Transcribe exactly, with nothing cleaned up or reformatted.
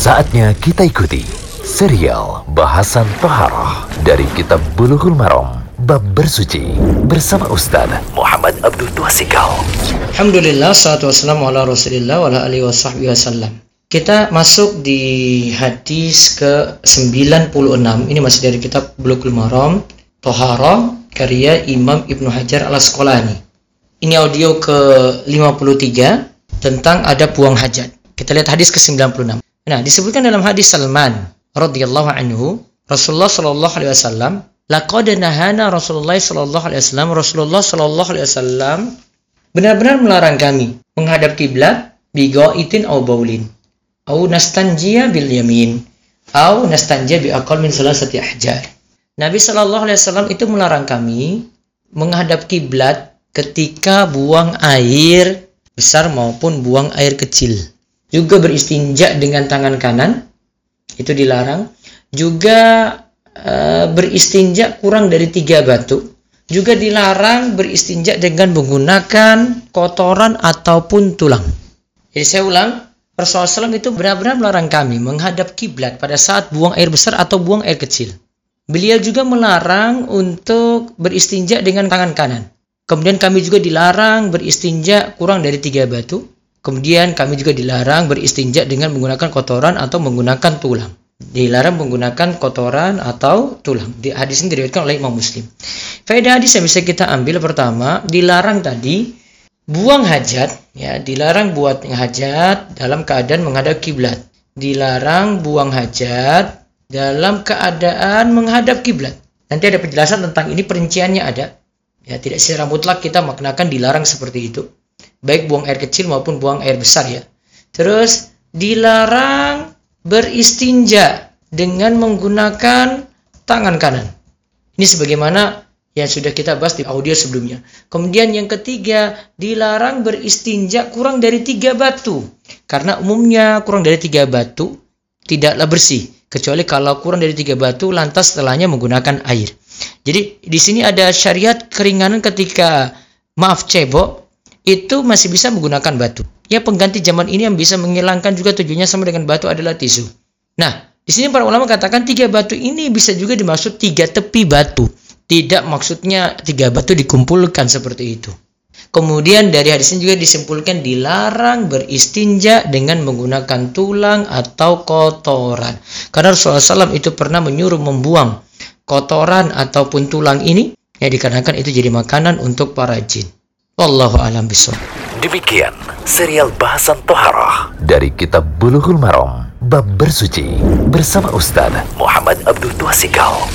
Saatnya kita ikuti serial bahasan Toharoh dari Kitab Bulughul Maram Bab Bersuci bersama Ustaz Muhammad Abdul Twasikal. Alhamdulillah, salatu wassalamu ala rasulillah wa ala alihi wa sahbihi wasallam. Kita masuk di hadis ke sembilan puluh enam. Ini masih dari Kitab Bulughul Maram Toharoh karya Imam Ibnu Hajar al-Asqalani. Ini audio ke lima puluh tiga tentang adab buang hajat. Kita lihat hadis ke sembilan puluh enam. Nah, disebutkan dalam hadis Salman radhiyallahu anhu, Rasulullah sallallahu alaihi wasallam, laqad nahana Rasulullah sallallahu alaihi wasallam, Rasulullah sallallahu alaihi wasallam benar-benar melarang kami menghadap kiblat bighaitin aw baulin aw nastanjiya bil yamin aw nastanjiya bi aqall min salasati ahjar. Nabi sallallahu alaihi wasallam itu melarang kami menghadap kiblat ketika buang air besar maupun buang air kecil. Juga beristinja dengan tangan kanan, itu dilarang. Juga e, beristinja kurang dari tiga batu. Juga dilarang beristinja dengan menggunakan kotoran ataupun tulang. Jadi saya ulang, Rasulullah shallallahu alaihi wasallam itu benar-benar melarang kami menghadap kiblat pada saat buang air besar atau buang air kecil. Beliau juga melarang untuk beristinja dengan tangan kanan. Kemudian kami juga dilarang beristinja kurang dari tiga batu. Kemudian kami juga dilarang beristinja dengan menggunakan kotoran atau menggunakan tulang. Dilarang menggunakan kotoran atau tulang. Di hadis ini diriwayatkan oleh Imam Muslim. Faedah hadis yang bisa kita ambil pertama, dilarang tadi buang hajat, ya, dilarang buat hajat dalam keadaan menghadap kiblat. Dilarang buang hajat dalam keadaan menghadap kiblat. Nanti ada penjelasan tentang ini, perinciannya ada. Ya, tidak secara mutlak kita maknakan dilarang seperti itu. Baik buang air kecil maupun buang air besar, ya. Terus dilarang beristinja dengan menggunakan tangan kanan. Ini sebagaimana yang sudah kita bahas di audio sebelumnya. Kemudian yang ketiga, dilarang beristinja kurang dari tiga batu. Karena umumnya kurang dari tiga batu tidaklah bersih, kecuali kalau kurang dari tiga batu lantas setelahnya menggunakan air. Jadi di sini ada syariat keringanan ketika maaf cebok itu masih bisa menggunakan batu. Ya, pengganti zaman ini yang bisa menghilangkan juga tujuannya sama dengan batu adalah tisu. Nah, di sini para ulama katakan tiga batu ini bisa juga dimaksud tiga tepi batu. Tidak maksudnya tiga batu dikumpulkan seperti itu. Kemudian dari hadis ini juga disimpulkan dilarang beristinja dengan menggunakan tulang atau kotoran. Karena Rasulullah shallallahu alaihi wasallam itu pernah menyuruh membuang kotoran ataupun tulang ini, ya, dikarenakan itu jadi makanan untuk para jin. Wallahu a'lam bishawab. Demikian serial bahasan Toharoh dari Kitab Bulughul Maram Bab Bersuci bersama Ustaz Muhammad Abdul Twasikal.